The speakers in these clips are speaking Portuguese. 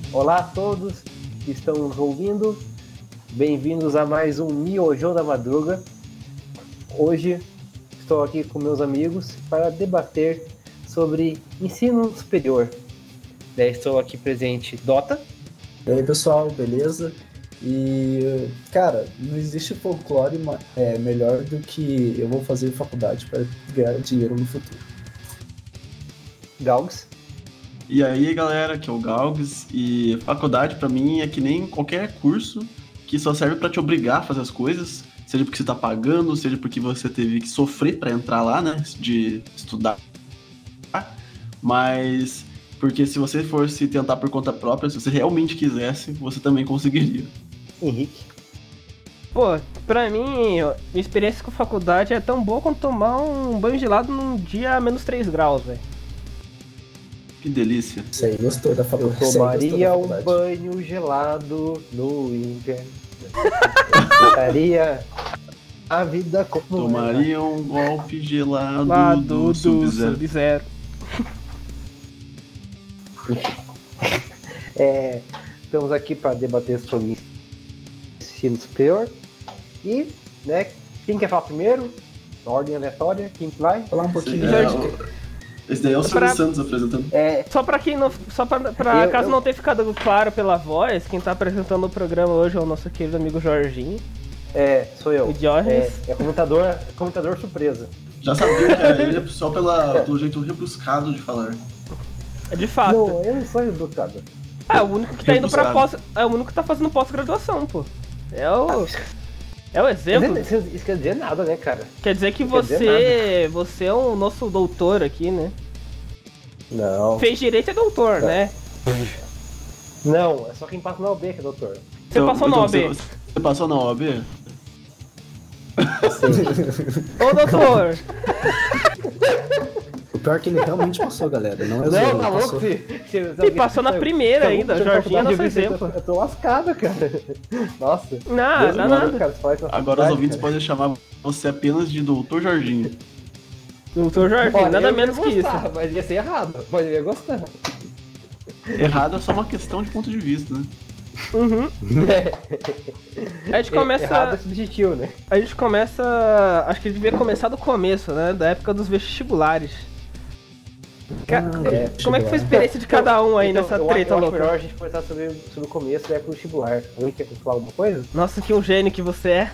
Olá a todos que estão nos ouvindo, bem-vindos a mais um Miojo da Madruga. Hoje estou aqui com meus amigos para debater sobre ensino superior. Estou aqui presente, Dota. E aí pessoal, beleza? E, cara, não existe folclore melhor do que eu vou fazer faculdade para ganhar dinheiro no futuro. Galgs. E aí galera, aqui é o Galgs, e faculdade pra mim é que nem qualquer curso que só serve pra te obrigar a fazer as coisas, seja porque você tá pagando, seja porque você teve que sofrer pra entrar lá, né, de estudar, mas porque se você fosse tentar por conta própria, se você realmente quisesse, você também conseguiria. Henrique. Pô, pra mim, minha experiência com faculdade é tão boa quanto tomar um banho gelado num dia a menos 3 graus, velho. Que delícia. Isso aí, gostou da Eu faculdade? tomaria um banho gelado no inverno. Tomaria a vida como Tomaria um golpe gelado Lado do Sub-Zero. Sub-Zero. Estamos aqui para debater sobre ensino superior. E, né, quem quer falar primeiro? Ordem aleatória, quem que vai? Falar um pouquinho. Esse daí é o Silvio Santos apresentando. Só pra quem não. Só pra caso não tenha ficado claro pela voz, quem tá apresentando o programa hoje é o nosso querido amigo Jorginho. Sou eu. O Jorge. É comentador surpresa. Já sabia que era ele só pelo jeito rebuscado de falar. De fato. Não, eu não sou rebuscado. É o único que tá indo pra pós. É o único que tá fazendo pós-graduação, pô. É o exemplo. Isso quer dizer nada, né, cara? Quer dizer que você é o nosso doutor aqui, né? Não. Fez direito é doutor, né? Não, é só quem passa na OB que é doutor. Você passou na OAB? Você passou na OAB? Ô, doutor! O pior é que ele realmente passou, galera. Não é Não, zoeira, tá ele louco? passou. E passou na primeira ainda, Jorginho é nosso exemplo. Eu tô lascado, cara. Nossa. Não, nada. Cara, você fala isso na Agora os faculdade, ouvintes cara. podem chamar você apenas de Doutor Jorginho. Doutor Jorginho, Olha, nada eu menos ia que isso. gostar, mas ia ser errado. Mas eu ia gostar. Errado é só uma questão de ponto de vista, né? Uhum. A gente começa. Errado é subjetivo, né? A gente começa. Acho que devia começar do começo, né? Da época dos vestibulares. Como é que foi a experiência de cada um aí nessa treta eu acho louca? melhor a gente conversar sobre o começo da época do vestibular. Alguém quer falar alguma coisa? Nossa, que um gênio que você é.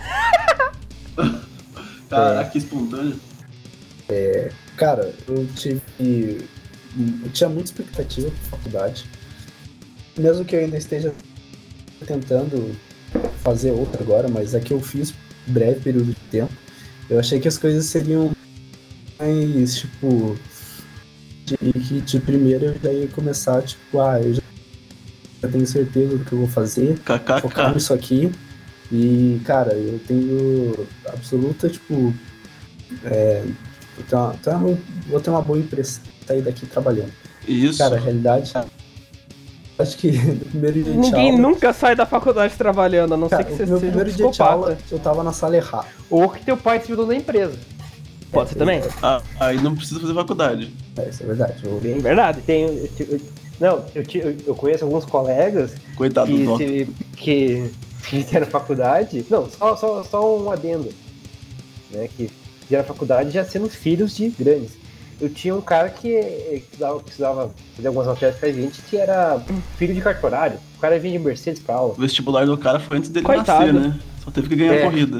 Caraca, que espontâneo. Cara, eu tinha muita expectativa pra faculdade. Mesmo que eu ainda esteja tentando fazer outra agora, mas a que eu fiz breve período de tempo, eu achei que as coisas seriam mais, tipo, de primeira eu já ia começar, tipo, eu já tenho certeza do que eu vou fazer, focar KKK. nisso aqui, e, cara, eu tenho absoluta, tipo, vou ter uma boa impressão de sair daqui trabalhando. Isso. Cara, a realidade, acho que no primeiro dia de Ninguém aula, nunca sai da faculdade trabalhando, a não ser cara, que você no meu seja um primeiro dia de psicopata. aula, eu tava na sala errada. Ou que teu pai se mudou na empresa. Pode ser também? Aí não precisa fazer faculdade. Isso é verdade. Bem verdade. Eu conheço alguns colegas Coitado do Dó. que fizeram faculdade. Não, só um adendo. Né, que fizeram faculdade já sendo filhos de grandes. Eu tinha um cara que estudava fazer algumas matérias pra gente, que era filho de cartorário. O cara vinha de Mercedes pra aula. O vestibular do cara foi antes dele Coitado. nascer, né? Só teve que ganhar a corrida.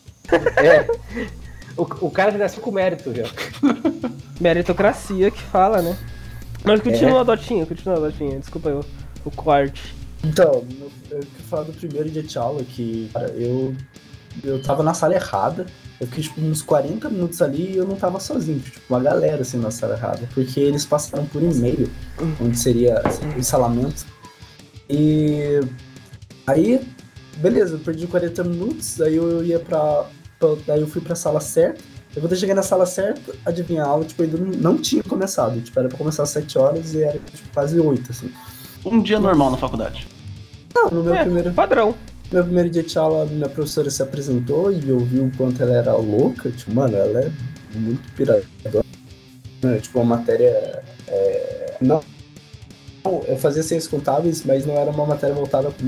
O cara já nasceu com mérito, já. Meritocracia que fala, né? Mas continua, Dotinha, desculpa eu. O corte. Então, eu queria falar do primeiro dia de aula, que, cara, eu tava na sala errada. Eu fiquei, tipo, uns 40 minutos ali e eu não tava sozinho. Tipo, uma galera, assim, na sala errada. Porque eles passaram por e-mail, onde seria assim, o ensalamento. E aí, beleza, eu perdi 40 minutos, aí eu ia daí eu fui pra sala certa. Eu quando eu cheguei na sala certa, adivinha, a aula, tipo, ainda não tinha começado. Tipo, era pra começar às 7 horas e era, tipo, quase 8, assim. Um dia normal na faculdade. Não, no meu primeiro... Padrão. Meu primeiro dia de aula, minha professora se apresentou e eu vi o quanto ela era louca. Tipo, mano, ela é muito piradora. Tipo, a matéria não Eu fazia ciências contábeis, mas não era uma matéria voltada para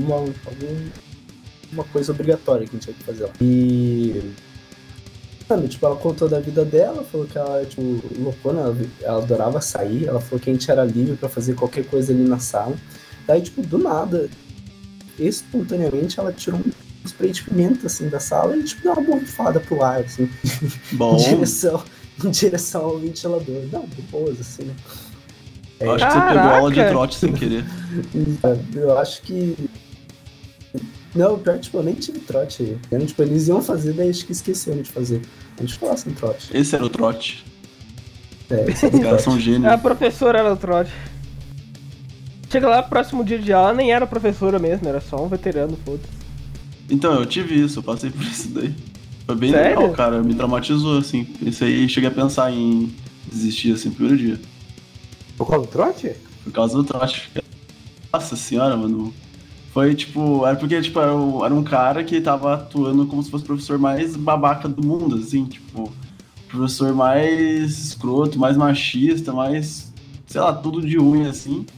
uma coisa obrigatória que a gente tinha que fazer lá. E... Mano, tipo, ela contou da vida dela, falou que ela, tipo, loucona, ela adorava sair, ela falou que a gente era livre pra fazer qualquer coisa ali na sala. Daí, tipo, do nada, espontaneamente, ela tirou um spray de pimenta, assim, da sala e, tipo, deu uma borrifada pro ar, assim, Bom, em direção ao ventilador. Não, de boas, assim, né? eu acho que você pegou aula de trote sem querer. Eu acho que... Não, pior, tipo, eu nem tive trote aí. Eu, tipo, eles iam fazer, daí acho que esqueceram de fazer. A gente ficou lá sem trote. Esse era o trote. Esse Os caras são gênios. A professora era o trote. Chega lá, próximo dia de aula, nem era professora mesmo, era só um veterano, foda-se. Então, eu tive isso, eu passei por isso daí. Foi bem Sério? legal, cara. Me traumatizou, assim. Isso aí, cheguei a pensar em desistir, assim, no primeiro dia. Por causa do trote? Por causa do trote. Nossa senhora, mano. Foi, tipo... Era porque, tipo, era um cara que tava atuando como se fosse o professor mais babaca do mundo, assim. Tipo, professor mais escroto, mais machista, mais... Sei lá, tudo de ruim, assim.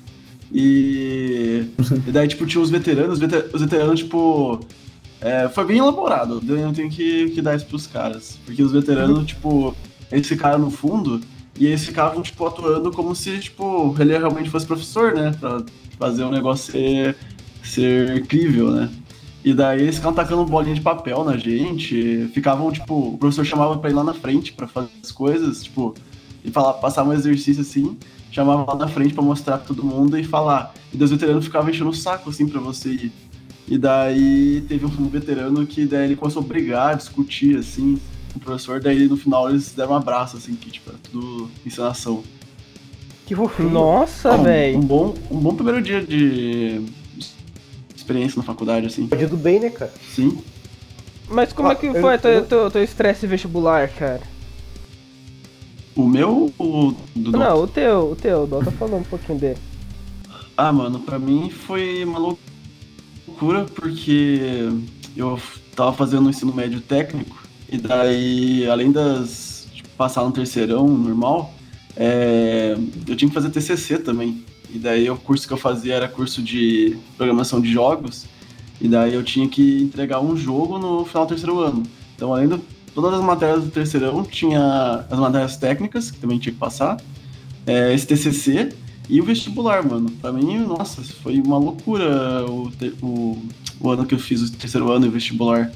E daí, tipo, tinha os veteranos. Os veteranos, tipo... foi bem elaborado. Eu tenho que dar isso pros caras. Porque os veteranos, tipo... Eles ficaram no fundo... E eles ficavam, tipo, atuando como se, tipo, ele realmente fosse professor, né? Pra fazer o negócio ser crível, né? E daí eles ficavam tacando bolinha de papel na gente, ficavam, tipo, o professor chamava pra ir lá na frente pra fazer as coisas, tipo, e passar um exercício assim, chamava lá na frente pra mostrar pra todo mundo e falar. E daí os veteranos ficavam enchendo o saco, assim, pra você ir. E daí teve um veterano que daí ele começou a brigar, discutir, assim, com o professor, daí no final eles deram um abraço, assim, que, tipo, era tudo encenação. Que fofinho. Nossa, velho. Um bom primeiro dia de experiência na faculdade, assim. Pode tudo bem, né, cara? Sim. Mas como é que foi teu estresse vestibular, cara? O meu ou do Dota? Não, o teu. O Dota falou um pouquinho dele. Ah, mano, pra mim foi uma loucura porque eu tava fazendo um ensino médio técnico e daí, além de passar no terceirão normal, eu tinha que fazer TCC também. E daí o curso que eu fazia era curso de programação de jogos e daí eu tinha que entregar um jogo no final do terceiro ano. Então, além de todas as matérias do terceirão, tinha as matérias técnicas, que também tinha que passar, esse TCC e o vestibular, mano. Pra mim, nossa, foi uma loucura o ano que eu fiz o terceiro ano e o vestibular.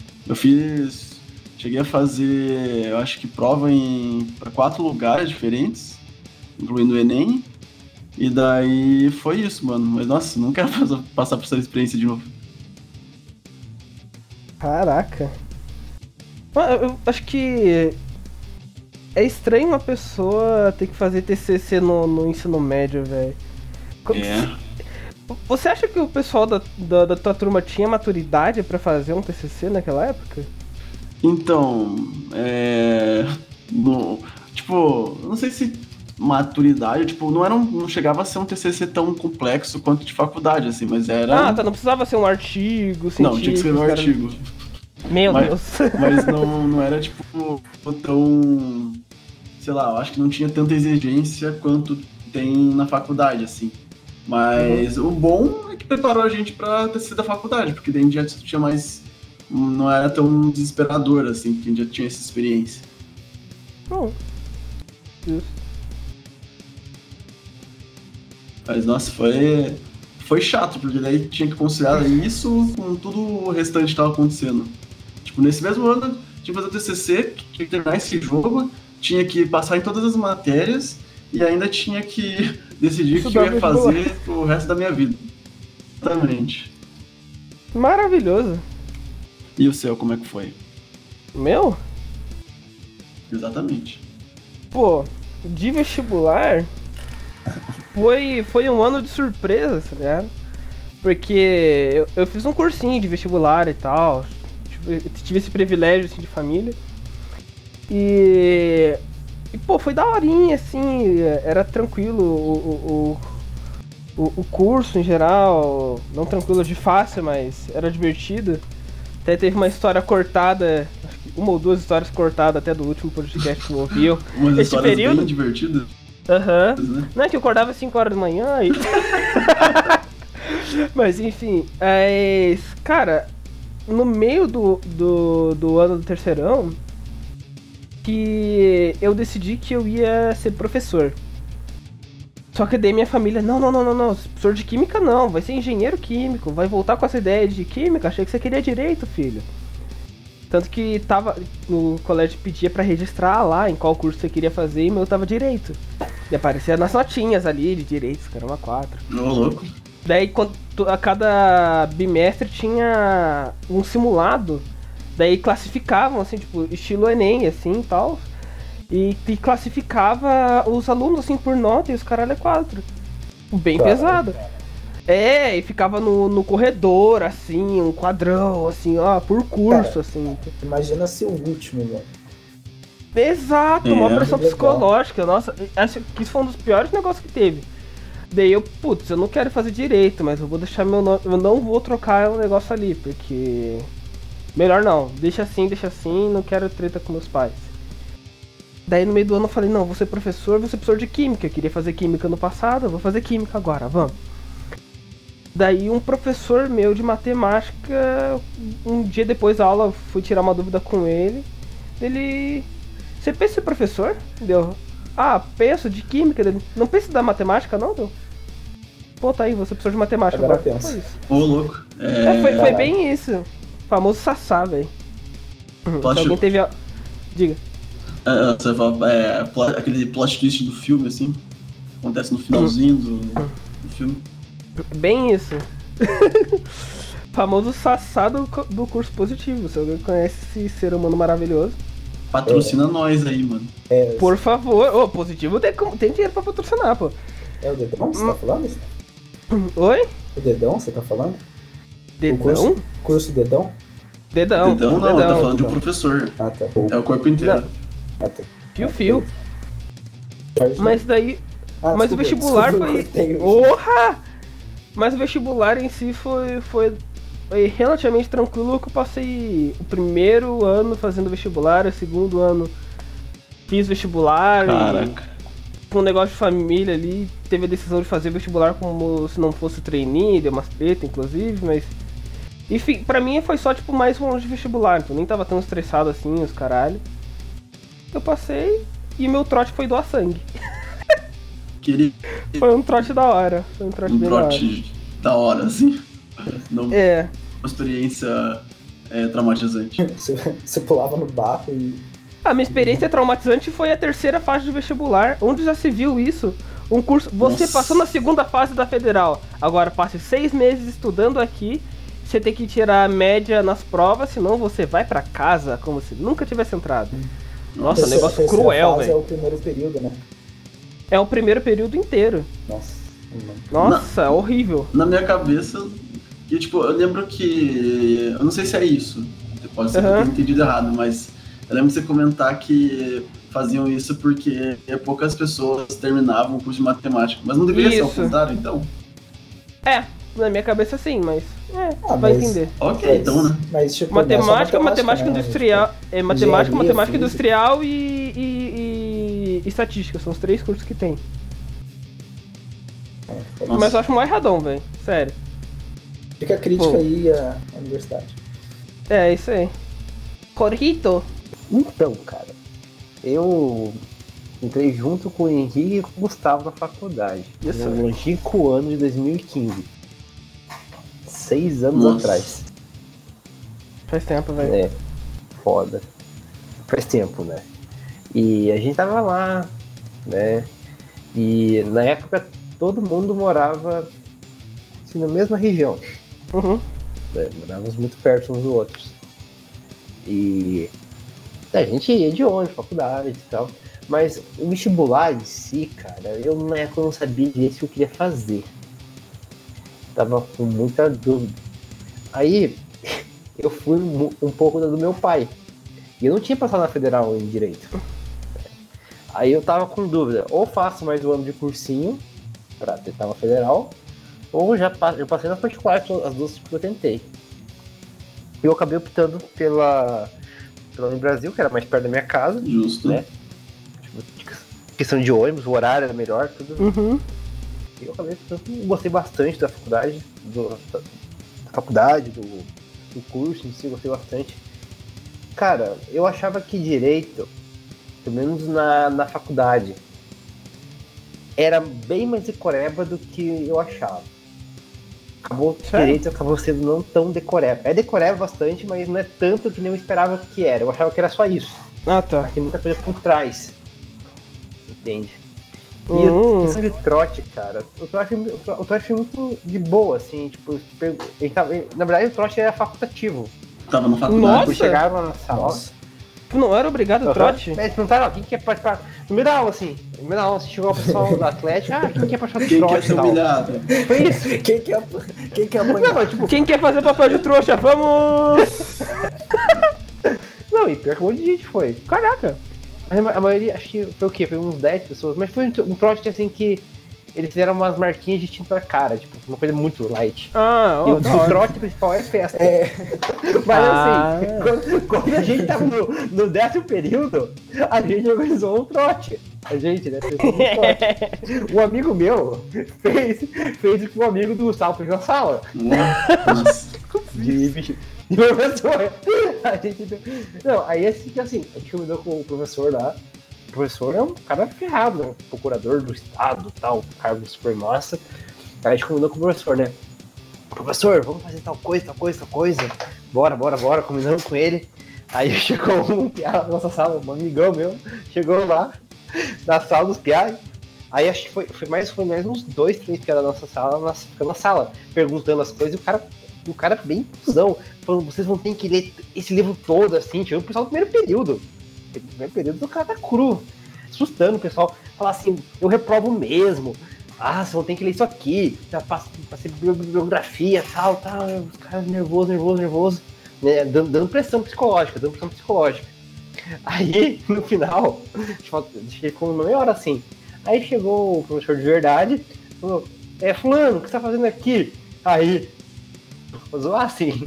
Cheguei a fazer, eu acho que prova para 4 lugares diferentes, incluindo o Enem. E daí foi isso, mano. Mas nossa, não quero passar por essa experiência de novo. Caraca. Eu acho que é estranho uma pessoa ter que fazer TCC no ensino médio, velho. Você acha que o pessoal da tua turma tinha maturidade pra fazer um TCC naquela época? Então, tipo, não sei se maturidade, tipo, não chegava a ser um TCC tão complexo quanto de faculdade, assim, mas era... Ah, tá, não precisava ser um artigo científico. Não, tinha que escrever um artigo. Meu Deus. Mas não era, tipo, tão... Sei lá, eu acho que não tinha tanta exigência quanto tem na faculdade, assim. Mas o bom é que preparou a gente pra TCC da faculdade, porque daí a gente já tinha mais... Não era tão desesperador, assim, porque a gente já tinha essa experiência. Bom. Justo. Mas, nossa, foi chato, porque daí tinha que conciliar isso com tudo o restante que estava acontecendo. Tipo, nesse mesmo ano, tinha que fazer o TCC, tinha que terminar esse jogo, tinha que passar em todas as matérias e ainda tinha que decidir o que eu ia fazer pro resto da minha vida. Exatamente. Maravilhoso. E o seu, como é que foi? Meu? Exatamente. Pô, de vestibular... Foi um ano de surpresa, tá ligado? Porque eu fiz um cursinho de vestibular e tal. Tive esse privilégio assim, de família. E pô, foi daorinha, assim. Era tranquilo o curso em geral. Não tranquilo de fácil, mas era divertido. Até teve uma história cortada, acho que uma ou duas histórias cortadas até do último podcast que eu ouvi. Umas histórias bem divertidas. Aham. né? Não é que eu acordava às 5 horas da manhã e... Mas enfim, cara, no meio do ano do terceirão, que eu decidi que eu ia ser professor. Só que daí minha família, não, professor de química não, vai ser engenheiro químico, vai voltar com essa ideia de química, achei que você queria direito, filho. Tanto que tava no colégio, pedia pra registrar lá em qual curso você queria fazer, e meu tava direito. E aparecia nas notinhas ali de direitos, caramba, 4. Ô, louco. Daí a cada bimestre tinha um simulado, daí classificavam, assim, tipo, estilo Enem, assim, e tal. E classificava os alunos, assim, por nota, e os caralho é 4. Bem pesado. É, e ficava no corredor, assim, um quadrão, assim, ó, por curso, Cara, assim. Imagina ser o último, mano. Exato, uma pressão legal. psicológica, nossa, acho que isso foi um dos piores negócios que teve. Daí eu, putz, eu não quero fazer direito, mas eu vou deixar meu nome, eu não vou trocar o negócio ali, porque... Melhor não, deixa assim, não quero treta com meus pais. Daí no meio do ano eu falei, não, vou ser professor de química, eu queria fazer química no passado, eu vou fazer química agora, vamos. Daí um professor meu de matemática, um dia depois da aula, eu fui tirar uma dúvida com ele. Ele... Você pensa em ser professor? Deu. Ah, penso, de química. Dele. Não pensa em estudar matemática, não, deu? Pô, tá aí, você é professor de matemática Agora agora. pensa. Foi isso. Ô, louco. Foi bem isso. O famoso Sassá, velho. Se alguém teve a... Diga. Você fala, aquele plot twist do filme, assim, acontece no finalzinho do filme. Bem isso. Famoso Sassá do curso positivo. Se alguém conhece esse ser humano maravilhoso, Patrocina nós aí, mano. por favor. Ô, positivo tem dinheiro pra patrocinar, pô. É o Dedão que você tá falando? Oi? O Dedão você tá falando? Dedão? Curso Dedão? Dedão. Então não, tá falando de um professor. Ah, tá. É o corpo inteiro. Não. Ah, tá. Fio. Mas daí... Mas o desculpa, vestibular desculpa, foi... eu tenho- Porra! Mas o vestibular em si foi relativamente tranquilo, que eu passei o primeiro ano fazendo vestibular, o segundo ano fiz vestibular. Caraca. E com um negócio de família ali, teve a decisão de fazer vestibular como se não fosse trainee, deu umas treta, inclusive, mas... Enfim, pra mim foi só tipo mais um ano de vestibular, então nem tava tão estressado assim, os caralho. Eu passei e meu trote foi doar sangue. Queria Foi um trote da hora. Foi um trote um bem da hora. trote da hora, assim. Não É. uma experiência traumatizante. Você pulava no barro e... A minha experiência traumatizante foi a terceira fase do vestibular, onde já se viu isso. Um curso. Você Nossa. passou na segunda fase da federal. Agora passe 6 meses estudando aqui. Você tem que tirar a média nas provas, senão você vai pra casa como se nunca tivesse entrado. Nossa, negócio Terceira cruel, fase É velho. o primeiro período, né? É o primeiro período inteiro. Nossa. Nossa, horrível. Na minha cabeça, que, tipo, eu lembro que... Eu não sei se é isso. Pode ser que eu tenha entendido errado, mas... Eu lembro de você comentar que faziam isso porque poucas pessoas terminavam o curso de matemática. Mas não deveria ser ao Isso. contrário, então? É, na minha cabeça sim, mas... Ah, vai mas- entender. Ok, então, né? Mas, tipo, não é só Matemática né? industrial. Tipo, Matemática engenharia, física. industrial e estatística. São os 3 cursos que tem. Nossa. Mas eu acho mó erradão, velho. Sério. Fica a crítica Pô. aí à universidade. É, isso aí. Corrito. Então, cara, eu entrei junto com o Henrique e com o Gustavo na faculdade. Isso. No longínquo ano de 2015. 6 anos Nossa. atrás. Faz tempo, velho. É, foda. Faz tempo, né? E a gente tava lá, né? E na época todo mundo morava assim, na mesma região. Uhum. Né? Morávamos muito perto uns dos outros. E a gente ia de ônibus, faculdade e tal. Mas o vestibular em si, cara, eu na época não sabia direito o que eu queria fazer. Tava com muita dúvida. Aí eu fui um pouco do meu pai. E eu não tinha passado na federal em direito. Aí eu tava com dúvida, ou faço mais um ano de cursinho pra tentar uma federal, ou eu passei na particular, as duas que eu tentei. E eu acabei optando pela Brasil, que era mais perto da minha casa, Justo. né? questão de ônibus, o horário era melhor, tudo. Uhum. Eu gostei bastante da faculdade, do curso em si, gostei bastante. Cara, eu achava que direito, pelo menos na faculdade, era bem mais decoreba do que eu achava. Direito acabou sendo não tão decoreba. É decoreba bastante, mas não é tanto que nem eu esperava que era. Eu achava que era só isso. Ah, tá. Tem muita coisa por trás. Entende? E a questão de trote, cara, o trote foi muito de boa, assim, tipo, na verdade o trote era facultativo. Tava na faculdade. Nossa! Chegaram na sala. Tu não era obrigado o trote? Eles perguntaram, quem quer participar? No meio da aula, assim, chegou o pessoal do Atlético, quem quer participar do Quem trote quer ser e tal. humilhado? Foi isso. Quem quer apanhar? Não, mas, tipo, Quem quer fazer papel de trouxa? Vamos! não, e pior que um monte de gente foi. Caraca! A maioria, acho que foi o quê? Foi uns 10 pessoas, mas foi um trote assim que eles fizeram umas marquinhas de tinta na cara, tipo, uma coisa muito light. Ah, E ó, o da hora. trote principal é festa. Mas assim, quando a gente tava no 10º período, a gente organizou um trote. A gente, né? Fez um trote. Um amigo meu fez com um amigo do Gustavo na sala. Nossa. De professor. Não, aí assim, a gente combinou com o professor lá. O professor é um cara ferrado, né? Procurador do estado, tal, cargo super massa. Aí a gente combinou com o professor, né? Professor, vamos fazer tal coisa. Bora, combinamos com ele. Aí chegou um piá na nossa sala, um amigão meu, chegou lá na sala dos piá. Aí acho que foi mais uns 2, 3 piá da nossa sala, ficando na sala, perguntando as coisas, e o cara bem cuzão, falando, vocês vão ter que ler esse livro todo, assim, tinha o pessoal do primeiro período. No primeiro período o cara tá cru, assustando o pessoal, falar assim, eu reprovo mesmo, vocês vão ter que ler isso aqui, pra ser bibliografia, tal, os caras nervoso, né, dando pressão psicológica. Aí, no final, ficou uma meia hora assim, aí chegou o professor de verdade, falou, fulano, o que você tá fazendo aqui? Aí, zoou assim.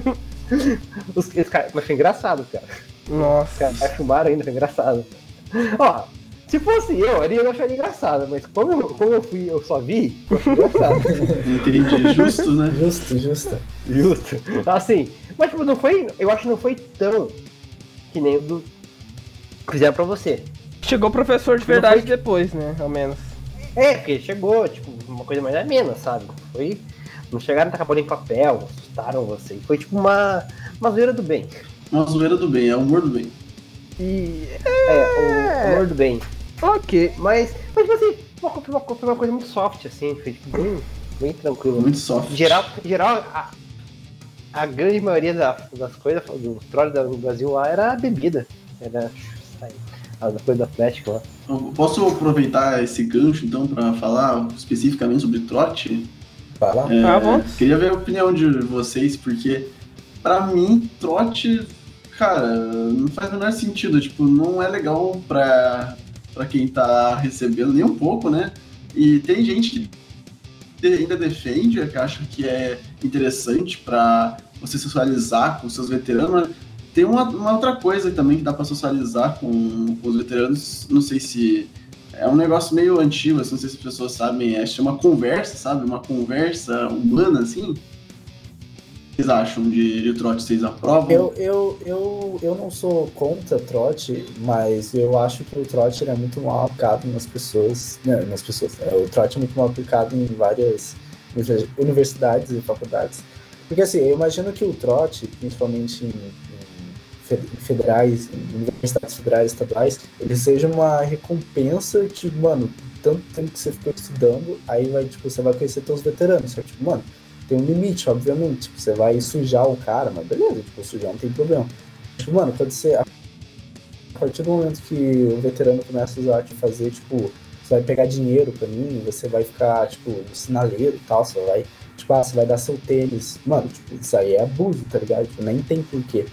Mas foi engraçado, cara. Nossa. Os caras filmaram ainda, foi engraçado. Ó, se fosse eu não acharia engraçado, mas como eu só vi, eu achei engraçado. Entendi, justo, né? Justo. Assim, mas tipo, eu acho que não foi tão que nem o do que fizeram pra você. Chegou o professor de verdade depois, né? Ao menos. Porque chegou, tipo, uma coisa mais amena, sabe? Não chegaram a tacar bolinha em papel, assustaram você. Foi tipo uma zoeira do bem. Uma zoeira do bem, é o humor do bem. O humor do bem. Ok. Mas tipo assim, foi uma coisa muito soft, assim, foi tipo, bem tranquilo. Muito soft. Em geral, a grande maioria das coisas, dos trolls do Brasil lá era a bebida. Era a coisa da Atlético lá. Eu posso aproveitar esse gancho, então, pra falar especificamente sobre trote? Vai lá. Bom. Queria ver a opinião de vocês, porque pra mim, trote, cara, não faz o menor sentido. Tipo, não é legal pra quem tá recebendo nem um pouco, né? E tem gente que ainda defende, que acha que é interessante pra você socializar com seus veteranos, mas tem uma outra coisa também que dá pra socializar com os veteranos, não sei se é um negócio meio antigo, assim, não sei se as pessoas sabem, chama conversa, sabe? Uma conversa humana, assim. O que vocês acham de trote? Vocês aprovam? Eu não sou contra trote, mas eu acho que o trote é muito mal aplicado nas pessoas. O trote é muito mal aplicado em várias universidades e faculdades. Porque assim, eu imagino que o trote, principalmente em federais, universidades federais, estaduais, ele seja uma recompensa que, mano, tanto tempo que você ficou estudando, aí você vai conhecer teus veteranos, só que, tipo, mano, tem um limite, obviamente, tipo, você vai sujar o cara, mas beleza, tipo, sujar não tem problema. Tipo, mano, quando a partir do momento que o veterano começa a usar, te fazer, tipo, você vai pegar dinheiro pra mim, você vai ficar, tipo, no sinaleiro e tal, você vai, tipo, você vai dar seu tênis, mano, tipo, isso aí é abuso, tá ligado? Tipo, nem tem porquê.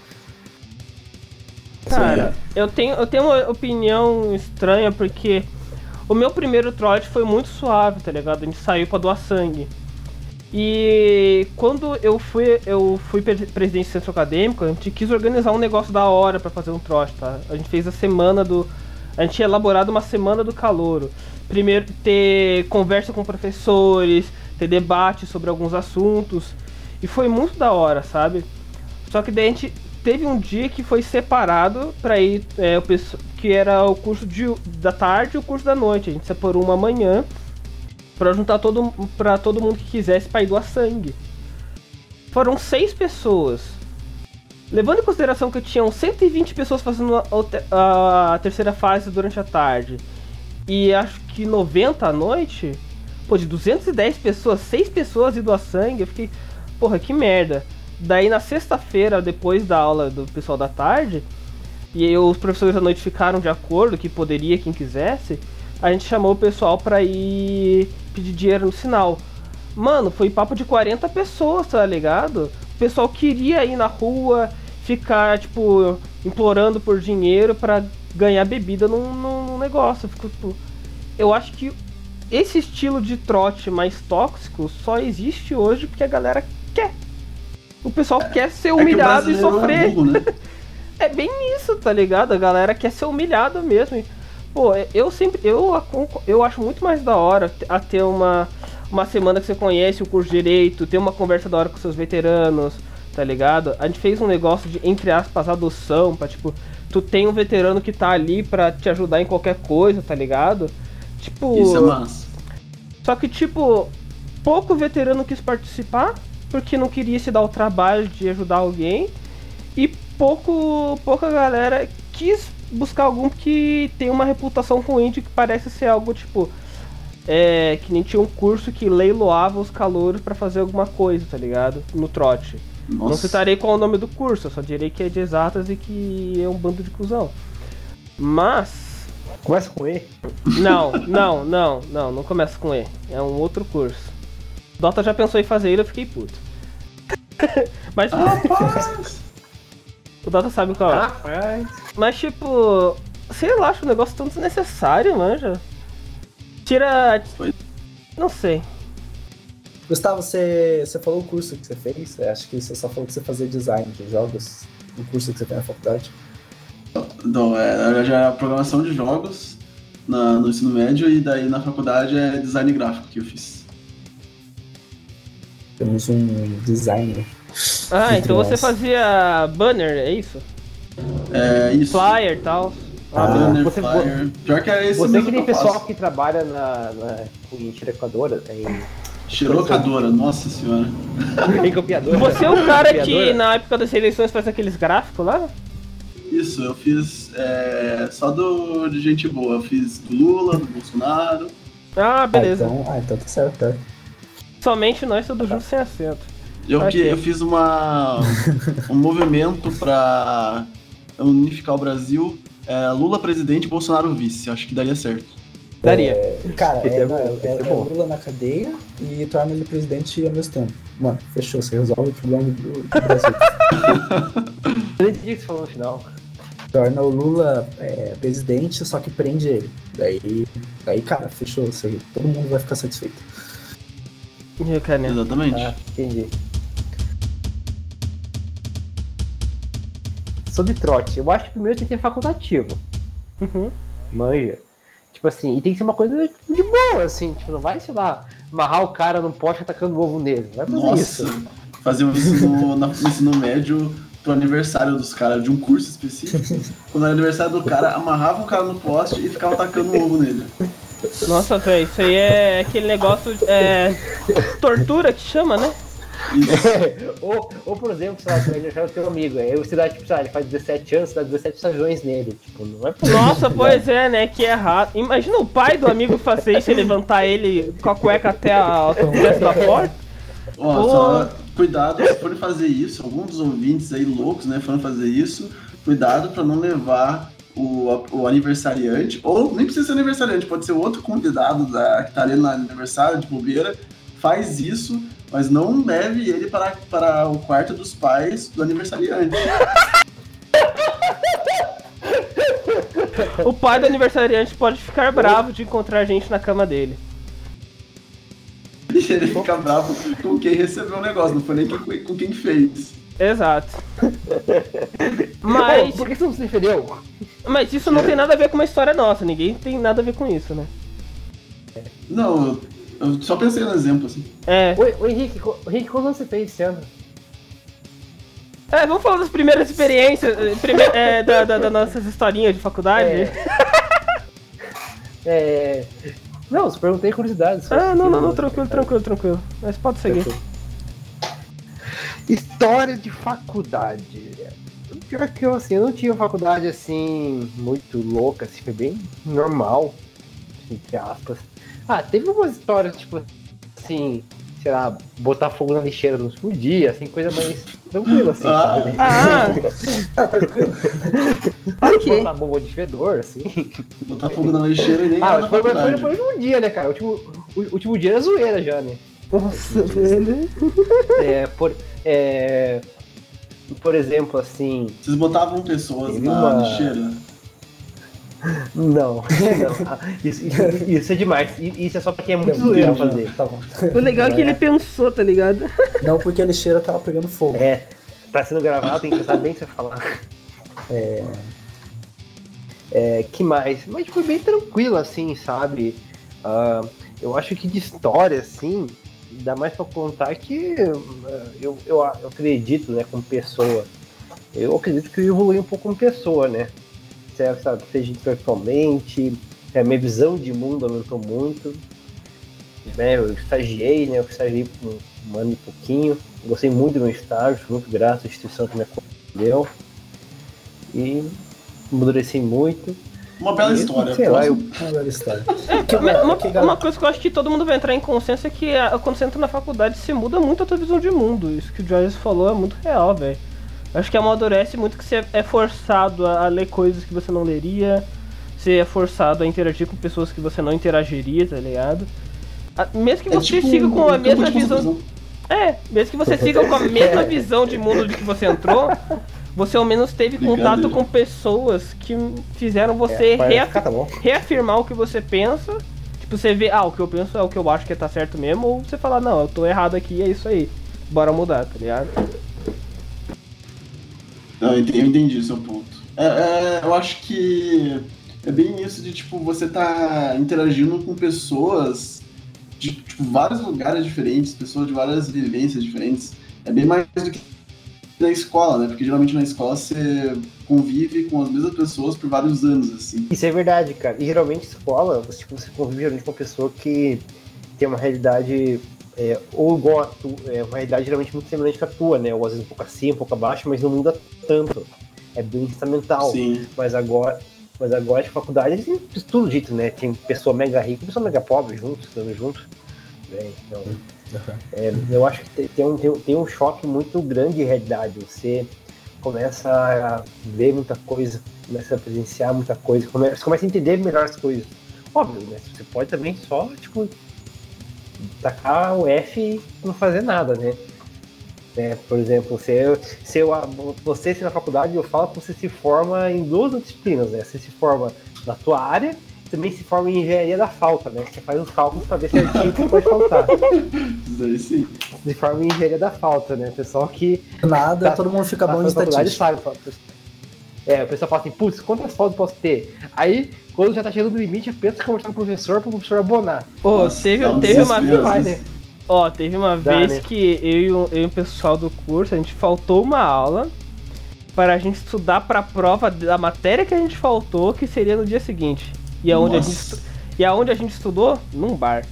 Cara, eu tenho uma opinião estranha, porque o meu primeiro trote foi muito suave, tá ligado? A gente saiu pra doar sangue. E quando eu fui presidente do centro acadêmico, a gente quis organizar um negócio da hora pra fazer um trote, tá? A gente fez a semana A gente tinha elaborado uma semana do calouro. Primeiro, ter conversa com professores, ter debate sobre alguns assuntos. E foi muito da hora, sabe? Só que daí a gente teve um dia que foi separado pra ir, que era o curso da tarde e o curso da noite. A gente separou uma manhã pra juntar pra todo mundo que quisesse pra ir doar sangue. Foram 6 pessoas. Levando em consideração que tinham 120 pessoas fazendo a terceira fase durante a tarde e acho que 90 à noite, pô, de 210 pessoas, 6 pessoas e doar sangue, eu fiquei, porra, que merda. Daí na sexta-feira, depois da aula do pessoal da tarde, e aí os professores da noite ficaram de acordo que poderia quem quisesse, a gente chamou o pessoal pra ir pedir dinheiro no sinal. Mano, foi papo de 40 pessoas, tá ligado? O pessoal queria ir na rua, ficar, tipo, implorando por dinheiro pra ganhar bebida num negócio. Eu acho que esse estilo de trote mais tóxico só existe hoje porque a galera quer. O pessoal quer ser humilhado e sofrer. É burro, né? É bem isso, tá ligado? A galera quer ser humilhada mesmo. E, pô, eu acho muito mais da hora a ter uma semana que você conhece o curso de Direito, ter uma conversa da hora com seus veteranos, tá ligado? A gente fez um negócio de, entre aspas, adoção, pra tipo, tu tem um veterano que tá ali pra te ajudar em qualquer coisa, tá ligado? Tipo... Isso é massa. Só que, tipo, pouco veterano quis participar, porque não queria se dar o trabalho de ajudar alguém, e pouca galera quis buscar algum que tem uma reputação ruim de que parece ser algo, tipo... que nem tinha um curso que leiloava os calouros pra fazer alguma coisa, tá ligado? No trote. Nossa. Não citarei qual é o nome do curso, eu só direi que é de exatas e que é um bando de cuzão. Mas... Começa com E. Não começa com E. É um outro curso. Dota já pensou em fazer ele, eu fiquei puto. Mas... o Dota sabe qual é. Mas tipo... Sei lá, acho um negócio tão desnecessário, manja. Tira... Não sei. Gustavo, você falou o curso que você fez? Acho que você só falou que você fazia design de jogos. O curso que você tem na faculdade. Não, na verdade é programação de jogos no ensino médio, e daí na faculdade é design gráfico que eu fiz. Temos um designer. Ah, então você fazia banner, é isso? É isso. Flyer e tal. Banner, você- flyer. Pior que é esse Você mesmo que tem eu faço. pessoal que trabalha em xerecadora, Xerocadora, nossa senhora. em copiadora. Você é o cara que Copiadora. na época das eleições faz aqueles gráficos lá? Isso, eu fiz só de gente boa. Eu fiz do Lula, do Bolsonaro. Ah, beleza. Então tá certo, tá. Somente nós do Justo sem acento. Eu fiz um movimento pra unificar o Brasil. Lula presidente, Bolsonaro vice. Acho que daria certo. Daria. Cara, Esse é bom, esse é bom. Lula na cadeia e torna ele presidente ao mesmo tempo. Mano, fechou, você resolve o problema do Brasil. Eu nem entendi o que você falou no final. Torna o Lula presidente, só que prende ele. Daí cara, fechou, todo mundo vai ficar satisfeito. Exatamente. Ah, entendi. Sobre trote, eu acho que primeiro tem que ser facultativo. Uhum. Manja. Tipo assim, e tem que ser uma coisa de boa, assim. Tipo, não vai, sei lá, amarrar o cara num poste atacando o ovo nele. Não vai fazer Nossa, isso. fazer um no ensino médio pro aniversário dos caras, de um curso específico. Quando era aniversário do cara, amarrava o cara no poste e ficava atacando um ovo nele. Nossa, velho, isso aí é aquele negócio. Tortura que chama, né? Isso. ou, por exemplo, sei lá, você vai aniversário do teu amigo. Aí você dá, tipo, sei lá, ele faz 17 anos, você dá 17 sajões nele. Tipo, não é possível. Nossa, pois é, né? Que é errado. Imagina o pai do amigo fazer isso e levantar ele com a cueca até o resto da porta. Ó, só cuidado, se forem fazer isso, alguns dos ouvintes aí loucos, né, forem fazer isso, cuidado pra não levar o aniversariante, ou nem precisa ser aniversariante, pode ser outro convidado que tá ali no aniversário de bobeira, faz isso, mas não leve ele para o quarto dos pais do aniversariante. O pai do aniversariante pode ficar bravo de encontrar a gente na cama dele. E ele fica bravo com quem recebeu o negócio, não foi nem com quem fez. Exato. Pô, Mas, por que você não se defendeu? mas isso não tem nada a ver com uma história nossa, ninguém tem nada a ver com isso, né? Não, eu só pensei no exemplo, assim. Ô Henrique, quando você fez esse ano? Vamos falar das primeiras experiências, das nossas historinhas de faculdade. Não, eu perguntei curiosidade. Não, tranquilo. Mas pode seguir. História de faculdade. Pior que eu, assim, eu não tinha faculdade, assim, muito louca, assim, foi bem normal, entre aspas. Teve algumas histórias, tipo, assim, sei lá, botar fogo na lixeira no último dia, assim, coisa mais tranquila, assim, sabe? Ok. Botar bomba de fedor, assim. Botar fogo na lixeira e nem na Foi faculdade. depois do último dia, né, cara? O último dia era zoeira já, né? Nossa, velho. Por exemplo, assim... Vocês botavam pessoas Teve na uma- lixeira? Não. Isso é demais. Isso é só pra quem é muito zoeiro fazer. Tá bom. O legal é que ele pensou, tá ligado? Não, porque a lixeira tava pegando fogo. Tá sendo gravado, tem que pensar bem o que você falar. Que mais? Mas foi bem tranquilo, assim, sabe? Eu acho que de história, assim, dá mais pra contar que eu acredito, né, como pessoa. Eu acredito que eu evolui um pouco como pessoa, né? Sabe, seja intelectualmente, a minha visão de mundo aumentou muito. Né? Eu estagiei por um ano e pouquinho. Gostei muito do meu estágio, fui muito grato à instituição que me acolheu. E amadureci muito. Uma bela história. Sei lá, Uma bela história. Uma coisa que eu acho que todo mundo vai entrar em consenso é que quando você entra na faculdade, você muda muito a tua visão de mundo. Isso que o Joyce falou é muito real, velho. Acho que amadurece muito que você é forçado a ler coisas que você não leria. Você é forçado a interagir com pessoas que você não interagiria, tá ligado? Mesmo que você siga com a mesma visão... mesmo que você siga com a mesma visão de mundo de que você entrou, você ao menos teve contato com pessoas que fizeram você reafirmar o que você pensa. Tipo, você vê, o que eu penso é o que eu acho que tá certo mesmo, ou você fala, não, eu tô errado aqui, é isso aí. Bora mudar, tá ligado? Eu entendi o seu ponto. Eu acho que é bem isso de, tipo, você tá interagindo com pessoas de, tipo, vários lugares diferentes, pessoas de várias vivências diferentes. É bem mais do que na escola, né? Porque geralmente na escola você convive com as mesmas pessoas por vários anos, assim. Isso é verdade, cara. E geralmente escola, você convive geralmente com uma pessoa que tem uma realidade ou igual a tua, uma realidade geralmente muito semelhante com a tua, né? Ou às vezes um pouco acima, um pouco abaixo, mas não muda tanto. É bem instrumental. Sim. Mas agora de faculdade, eles têm tudo dito, né? Tem pessoa mega rica e pessoa mega pobre juntos, estando juntos. Então, eu acho que tem um choque muito grande de realidade. Você começa a ver muita coisa, começa a presenciar muita coisa, você começa a entender melhor as coisas. Óbvio, né? Você pode também só, tipo, tacar o F e não fazer nada, né? Por exemplo, você na faculdade, eu falo que você se forma em duas disciplinas, né? Você se forma na tua área, também se forma em engenharia da falta, né? Você faz os cálculos para ver certinho o que pode faltar. Isso aí sim. Se forma em engenharia da falta, né? Pessoal que... Todo mundo fica bom em estatística. Sabe, o pessoal fala assim, putz, quantas faltas posso ter? Aí, quando já tá chegando no limite, pensa em conversar com o professor abonar. Teve uma vez que eu e o pessoal do curso, a gente faltou uma aula para a gente estudar para a prova da matéria que a gente faltou, que seria no dia seguinte. E aonde a gente estudou? Num bar.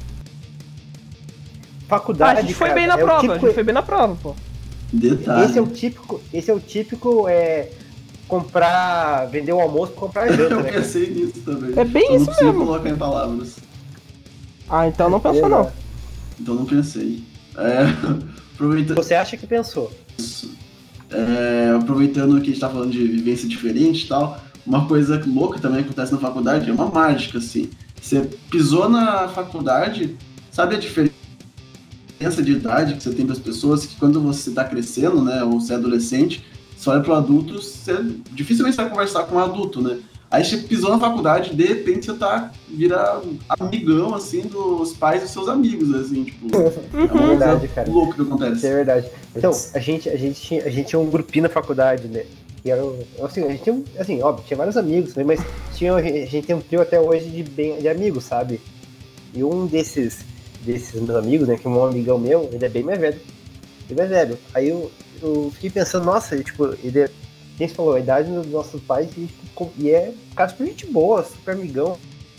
Faculdade, a gente foi bem na prova, pô. Detalhe. Esse é o típico vender o almoço pra comprar janta, Eu né? pensei nisso também. É bem eu isso não consigo mesmo. colocar em palavras. Então não pensou não. Então não pensei. Aproveitando... Você acha que pensou? Aproveitando que a gente tá falando de vivência diferente e tal, uma coisa louca também que acontece na faculdade é uma mágica, assim. Você pisou na faculdade, sabe a diferença de idade que você tem para as pessoas, que quando você tá crescendo, né, ou você é adolescente, você olha pro adulto, você dificilmente vai conversar com um adulto, né? Aí você pisou na faculdade, de repente você vira amigão, assim, dos pais dos seus amigos, assim, tipo. É uma Verdade, coisa cara. louca que Isso acontece. é verdade. Então, a gente tinha um grupinho na faculdade, né? Que era, assim, a gente tinha, assim, óbvio, tinha vários amigos, né? Mas a gente tem um trio até hoje de amigos, sabe? E um desses meus amigos, né? Que é um amigão meu, ele é bem mais velho. Bem mais velho. Aí eu fiquei pensando, nossa, tipo, ele é, quem falou, a idade dos nossos pais, e é um cara super gente boa, super amigão.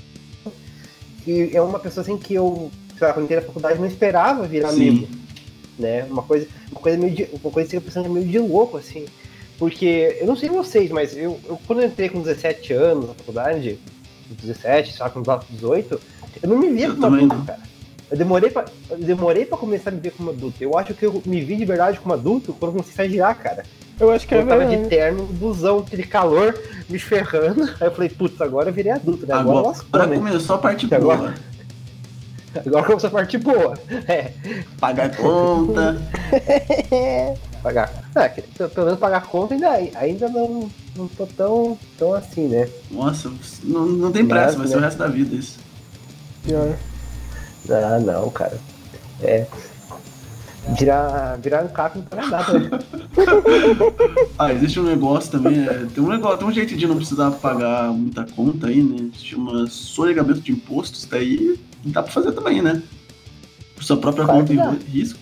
E é uma pessoa assim que eu, sei lá, quando entrei na faculdade, não esperava virar amigo. Né? Uma coisa que eu pensando meio de louco, assim. Porque, eu não sei vocês, mas eu quando eu entrei com 17 anos na faculdade, 17, sei lá, com 18, eu não me via como adulto, cara. Eu demorei pra começar a me ver como adulto. Eu acho que eu me vi de verdade como adulto quando eu comecei a girar, cara. Eu acho que eu tava de terno, busão, aquele calor, me ferrando. Aí eu falei, putz, agora eu virei adulto, né? Agora lascou, né? Começou a parte boa. Agora começou a parte boa. É. Pagar conta. Pagar. Pelo menos pagar conta ainda não tô tão assim, né? Nossa, não tem pressa, vai ser o resto da vida isso. Pior. Ah, não, cara. É. Virar um caco não paga nada, né? Existe um negócio também, tem um jeito de não precisar pagar muita conta aí, né? Se chama sonegamento de impostos, daí dá pra fazer também, né? Por sua própria conta e risco.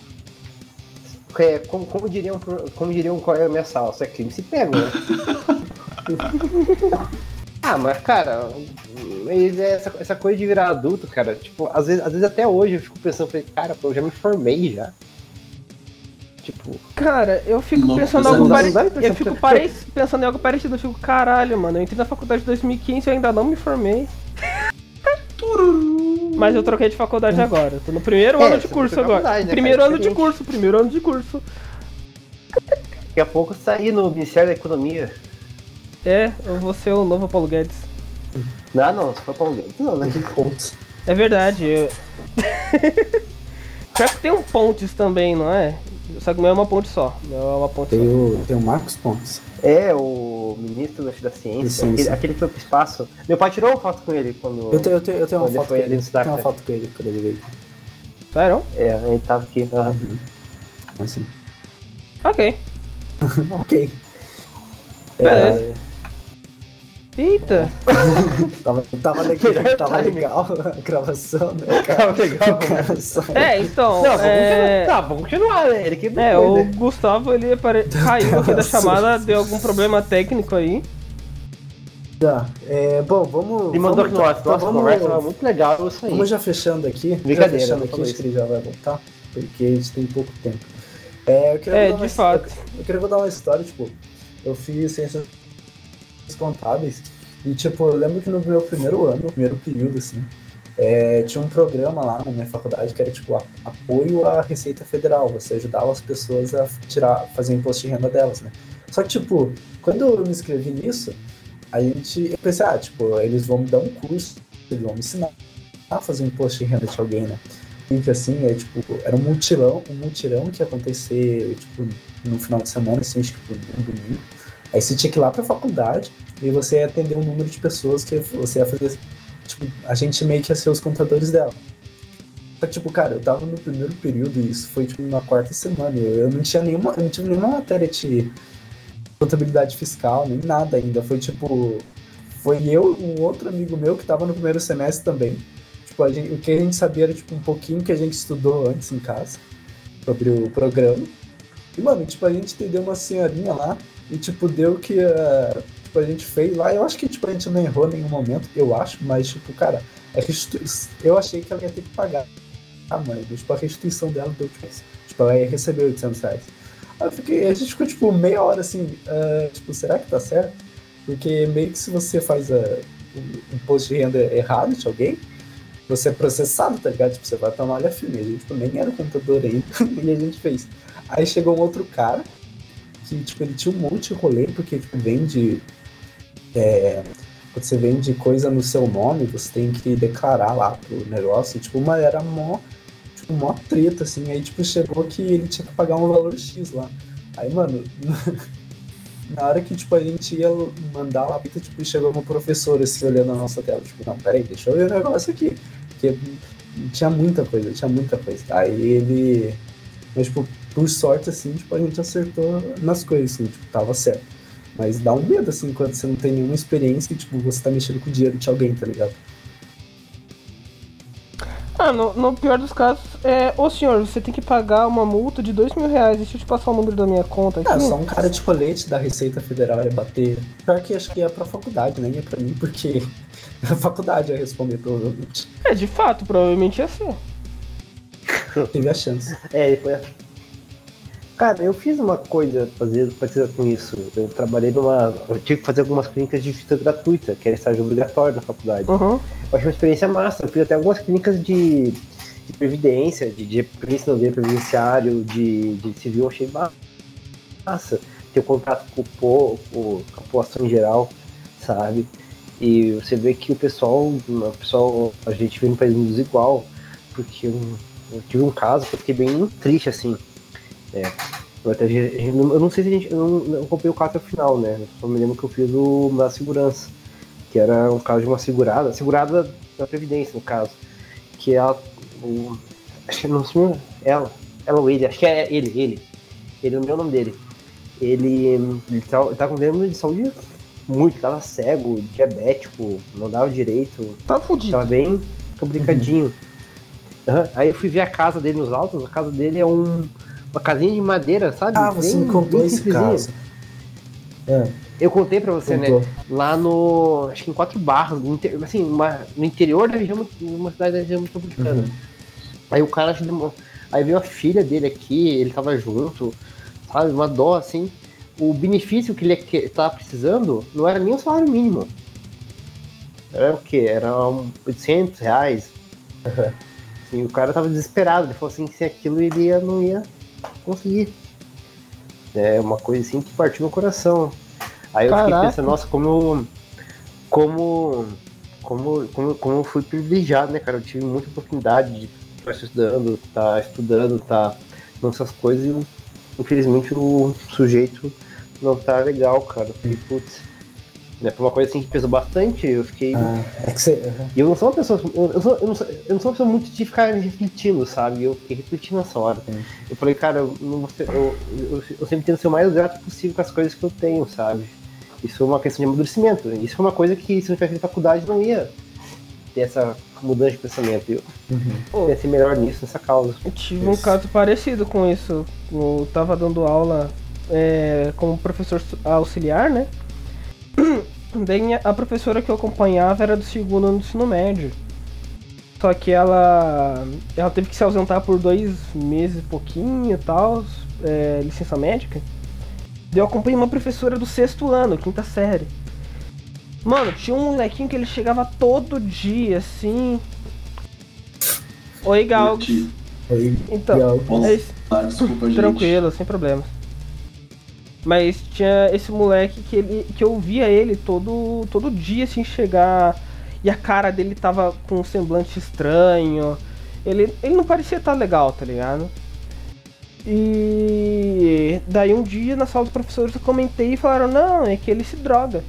Como diria um colega mensal, se é crime se pega, né? Mas cara, essa coisa de virar adulto, cara, tipo, às vezes até hoje eu fico pensando, cara, eu já me formei já. Tipo, cara, eu fico pensando em algo pensando em algo parecido, eu fico, caralho, mano, eu entrei na faculdade em 2015 e eu ainda não me formei. Mas eu troquei de faculdade agora, tô no primeiro ano de curso agora. Né, primeiro ano de curso. Daqui a pouco sair no Ministério da Economia. Eu vou ser o novo Paulo Guedes. Não, se for Paulo Guedes, não, né? É verdade. Pior que tem um Pontes também, não é? Só que não é uma ponte só. Não é uma ponte tem o Marcos Pontes. É, o ministro da ciência, aquele que foi pro espaço. Meu pai tirou uma foto com ele quando. Eu tenho uma foto com ele. Tenho uma foto com ele quando ele veio. Sério? Ele tava aqui. Assim. Ok. Ok. Beleza. Eita! Tava legal a gravação, né? Tava legal a gravação. Então. Vamos continuar, né? Ele que o Gustavo, ele caiu aqui da chamada, deu algum problema técnico aí. Tá. Bom, vamos. Ele mandou aqui nossa conversa tava muito legal isso aí. Vamos já fechando aqui. Brincadeira, acho que ele já vai voltar, porque a gente tem pouco tempo. De fato. Eu queria contar uma história, tipo, eu fiz ciências contábeis e, tipo, eu lembro que no meu primeiro período, assim, tinha um programa lá na minha faculdade que era, tipo, apoio à Receita Federal, você ajudava as pessoas a fazer imposto de renda delas, né? Só que, tipo, quando eu me inscrevi nisso, eu pensei, tipo, eles vão me dar um curso, eles vão me ensinar a fazer imposto de renda de alguém, né? E assim, tipo, era um mutirão que ia acontecer, tipo, no final de semana, assim, tipo, no domingo. Aí você tinha que ir lá pra faculdade e você ia atender um número de pessoas que você ia fazer, tipo, a gente meio que ia ser os contadores dela. Só que, tipo, cara, eu tava no primeiro período e isso foi, tipo, na quarta semana. Eu não tive nenhuma matéria de contabilidade fiscal, nem nada ainda. Foi, tipo, eu e um outro amigo meu que tava no primeiro semestre também. Tipo, o que a gente sabia era, tipo, um pouquinho que a gente estudou antes em casa sobre o programa. E, mano, tipo, a gente entendeu uma senhorinha lá e, tipo, deu que tipo, a gente fez lá. Eu acho que, tipo, a gente não errou em nenhum momento, eu acho, mas, tipo, cara, eu achei que ela ia ter que pagar. Mano, tipo, a restituição dela deu, tipo, ela ia receber R$800. Aí a gente ficou, tipo, meia hora assim, tipo, será que tá certo? Porque meio que se você faz o imposto de renda errado de alguém, você é processado, tá ligado? Tipo, você vai pra malha fina. A gente, tipo, nem era contador ainda, e a gente fez. Aí chegou um outro cara, que, tipo, ele tinha um monte de rolê, porque, tipo, vende... quando você vende coisa no seu nome, você tem que declarar lá pro negócio. E, tipo, era mó treta, assim. Aí, tipo, chegou que ele tinha que pagar um valor X lá. Aí, mano... na hora que, tipo, a gente ia mandar lá, tipo, chegou uma professora, assim, olhando a nossa tela, tipo, não, peraí, deixa eu ver o negócio aqui, porque tinha muita coisa. Aí ele, mas, tipo, por sorte, assim, tipo, a gente acertou nas coisas, assim, tipo, tava certo. Mas dá um medo, assim, quando você não tem nenhuma experiência e, tipo, você tá mexendo com o dinheiro de alguém, tá ligado? No pior dos casos, ô senhor, você tem que pagar uma multa de R$2.000, deixa eu te passar o número da minha conta aqui. Só um cara de colete da Receita Federal ia bater. Pior que acho que ia pra faculdade, nem ia pra mim, porque a faculdade ia responder provavelmente. De fato, provavelmente ia ser. Teve a chance. Ele foi. Cara, eu fiz uma coisa parecida com isso. Eu trabalhei eu tive que fazer algumas clínicas de visita gratuita, que era estágio obrigatório na faculdade. Uhum. Eu achei uma experiência massa. Eu fiz até algumas clínicas de previdência, de previdência previdenciário, de civil. Eu achei massa. Ter contato com a população em geral, sabe? E você vê que o pessoal, a gente vive num país muito desigual, porque eu tive um caso que eu fiquei bem triste, assim. Eu não sei se eu não acompanhei o caso até o final, né? Eu só me lembro que eu fiz o da segurança, que era um caso de uma segurada da Previdência, no caso. Que ela. Acho que não sei, ela ou ele, acho que é ele. Ele, não é o nome dele. Ele tá com problema de saúde muito, tava cego, diabético, não dava direito. Tá fudido. Tava bem complicadinho. Aí eu fui ver a casa dele nos autos, a casa dele é uma casinha de madeira, sabe? Você me contou esse caso. Eu contei pra você, Contou. né? Lá no. Acho que em 4 Barras, no interior da região, uma cidade da região metropolitana. Aí o cara. Aí veio a filha dele aqui, ele tava junto, sabe? Uma dó, assim. O benefício que ele tava precisando não era nem o salário mínimo. Era o quê? Era R$800. Assim, o cara tava desesperado. Ele falou assim que sem aquilo ele não ia conseguir. É uma coisa assim que partiu meu coração. Aí eu fiquei pensando, nossa, como eu fui privilegiado, né, cara? Eu tive muita oportunidade de estar estudando, essas coisas, e infelizmente o sujeito não tá legal, cara. Eu fiquei, putz. Né, foi uma coisa assim que pesou bastante, eu fiquei. E eu não sou uma pessoa. Eu não sou uma pessoa muito de ficar refletindo, sabe? Eu fiquei refletindo nessa hora. Eu falei, cara, eu sempre tento ser o mais grato possível com as coisas que eu tenho, sabe? Isso é uma questão de amadurecimento. Isso é uma coisa que, se eu tivesse feito faculdade, não ia ter essa mudança de pensamento. Eu ia ser melhor nisso, nessa causa. Eu tive um caso parecido com isso. Eu tava dando aula como professor auxiliar, né? Daí a professora que eu acompanhava era do 2º ano do ensino médio. Só que ela teve que se ausentar por 2 meses e pouquinho e tal, licença médica. Daí eu acompanhei uma professora do 6º ano, 5ª série. Mano, tinha um molequinho que ele chegava todo dia, assim. Oi, Galgs. Oi, então, desculpa, gente. Tranquilo, sem problemas. Mas tinha esse moleque que eu via ele todo dia assim chegar, e a cara dele tava com um semblante estranho. Ele não parecia estar legal, tá ligado? E daí um dia na sala dos professores eu comentei e falaram, não, é que ele se droga.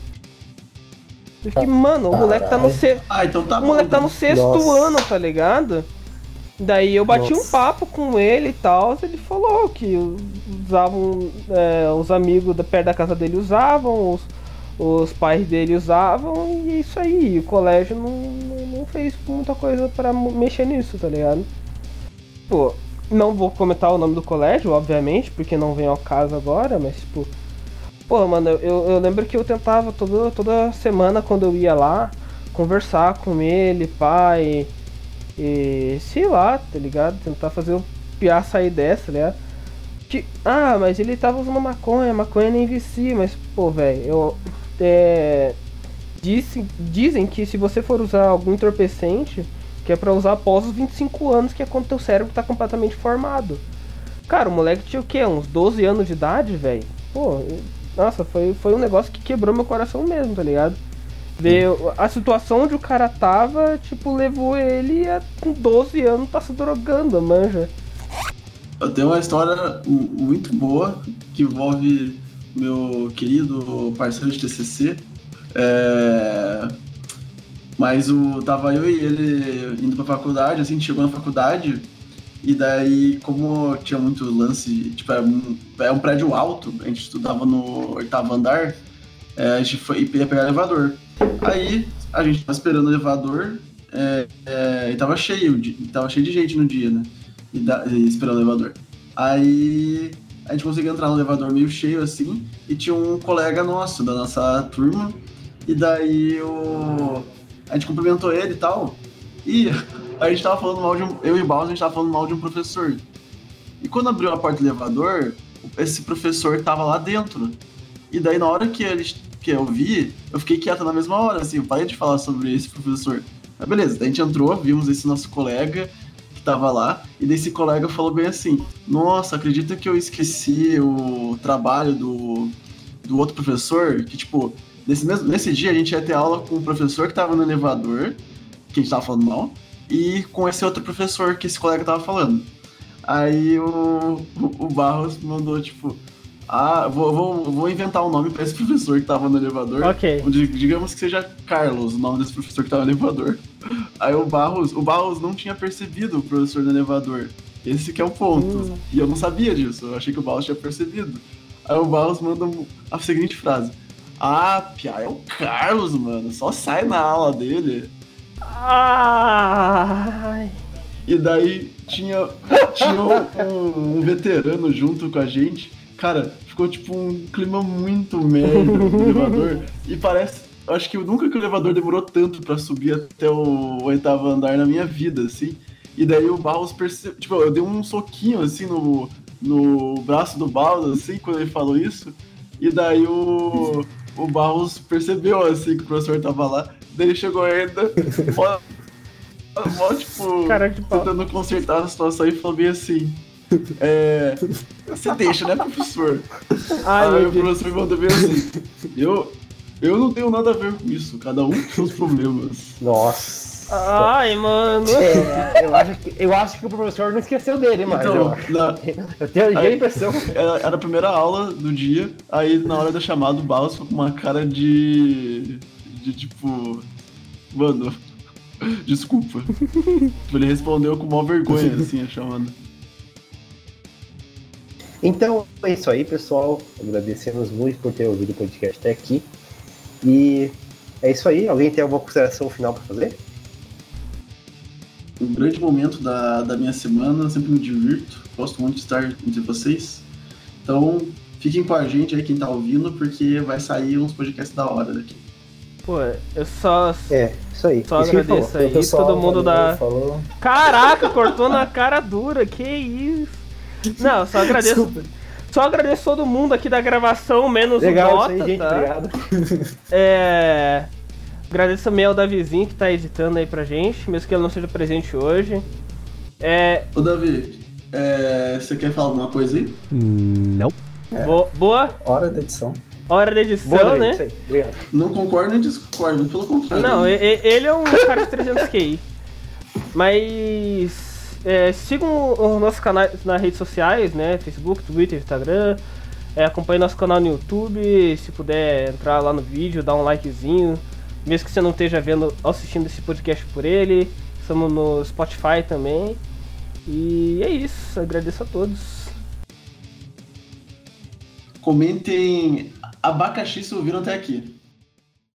Eu fiquei, mano, o moleque tá no então tá o moleque tá no 6º ano, tá ligado? Daí eu bati um papo com ele e tal, ele falou que usavam, os amigos perto da casa dele usavam, os pais dele usavam, e é isso aí. O colégio não fez muita coisa pra mexer nisso, tá ligado? Pô, não vou comentar o nome do colégio, obviamente, porque não vem ao caso agora, mas tipo... Pô, mano, eu lembro que eu tentava toda semana, quando eu ia lá, conversar com ele, pai... E sei lá, tá ligado? Tentar fazer o piá sair dessa, tá ligado? Mas ele tava usando maconha nem vicia, mas pô, velho, dizem que se você for usar algum entorpecente, que é pra usar após os 25 anos, que é quando teu cérebro tá completamente formado. Cara, o moleque tinha o quê? Uns 12 anos de idade, velho? Pô, nossa, foi um negócio que quebrou meu coração mesmo, tá ligado? Ver a situação onde o cara tava, tipo, levou ele com 12 anos tá se drogando, manja. Eu tenho uma história muito boa que envolve meu querido parceiro de TCC. Mas tava eu e ele indo pra faculdade, assim, a gente chegou na faculdade, e daí, como tinha muito lance, tipo, é um prédio alto, a gente estudava no 8º andar, a gente ia pegar elevador. Aí, a gente tava esperando o elevador, e tava cheio de gente no dia, né? E esperando o elevador. Aí, a gente conseguiu entrar no elevador meio cheio, assim, e tinha um colega nosso, da nossa turma, e daí a gente cumprimentou ele e tal, e a gente tava falando mal eu e o Baus, a gente tava falando mal de um professor. E quando abriu a porta do elevador, esse professor tava lá dentro. E daí na hora que eu vi, eu fiquei quieto na mesma hora, assim, eu parei de falar sobre esse professor. Mas beleza, daí a gente entrou, vimos esse nosso colega que tava lá, e daí esse colega falou bem assim: nossa, acredita que eu esqueci o trabalho do outro professor, que tipo, nesse dia a gente ia ter aula com o professor que tava no elevador, que a gente tava falando mal, e com esse outro professor que esse colega tava falando. Aí o Barros mandou, tipo, vou inventar um nome pra esse professor que tava no elevador. Ok. Digamos que seja Carlos, o nome desse professor que tava no elevador. Aí o Barros não tinha percebido o professor no elevador. Esse que é o ponto. E eu não sabia disso, eu achei que o Barros tinha percebido. Aí o Barros manda a seguinte frase: Pia, é o Carlos, mano, só sai na aula dele. Ai. E daí tinha um veterano junto com a gente. Cara, ficou tipo um clima muito merda no elevador. E acho que nunca que o elevador demorou tanto pra subir até o 8º andar na minha vida, assim. E daí o Barros percebeu, tipo, eu dei um soquinho assim no braço do Barros, assim, quando ele falou isso. E daí o Barros percebeu, assim, que o professor tava lá. Daí ele chegou ainda, tipo, tentando consertar a situação e falou bem assim: você deixa, né, professor? Aí o professor mandou bem assim: eu não tenho nada a ver com isso, cada um com seus problemas. Nossa. Ai, mano. Eu acho que o professor não esqueceu dele, mas então, eu tenho a impressão. Era a primeira aula do dia, aí na hora da chamada o Barros ficou com uma cara de tipo, mano, desculpa. Ele respondeu com maior vergonha, assim, a chamada. Então é isso aí, pessoal. Agradecemos muito por ter ouvido o podcast até aqui. E é isso aí. Alguém tem alguma consideração final para fazer? Um grande momento da minha semana, eu sempre me divirto. Gosto muito de estar entre vocês. Então, fiquem com a gente aí, quem tá ouvindo, porque vai sair uns podcasts da hora daqui. Pô, eu só. Isso aí. Só agradeço aí, pessoal, todo mundo falou. Caraca, cortou na cara dura, que isso? Não, só agradeço. Desculpa. Só agradeço todo mundo aqui da gravação, menos Legal, o Dota, isso aí, gente, tá? obrigado. Agradeço também ao Davizinho que tá editando aí pra gente, mesmo que ele não seja presente hoje. Ô Davi, você quer falar alguma coisa aí? Não. Boa. Hora da edição. Hora da edição, Boa, né? isso aí, obrigado. Não concordo nem discordo, pelo contrário. Não, ele é um cara de 300 QI. Mas sigam os nossos canais nas redes sociais, né? Facebook, Twitter, Instagram. Acompanhe nosso canal no YouTube. Se puder entrar lá no vídeo, dar um likezinho. Mesmo que você não esteja assistindo esse podcast por ele. Estamos no Spotify também. E é isso. Agradeço a todos. Comentem abacaxi se ouviram até aqui.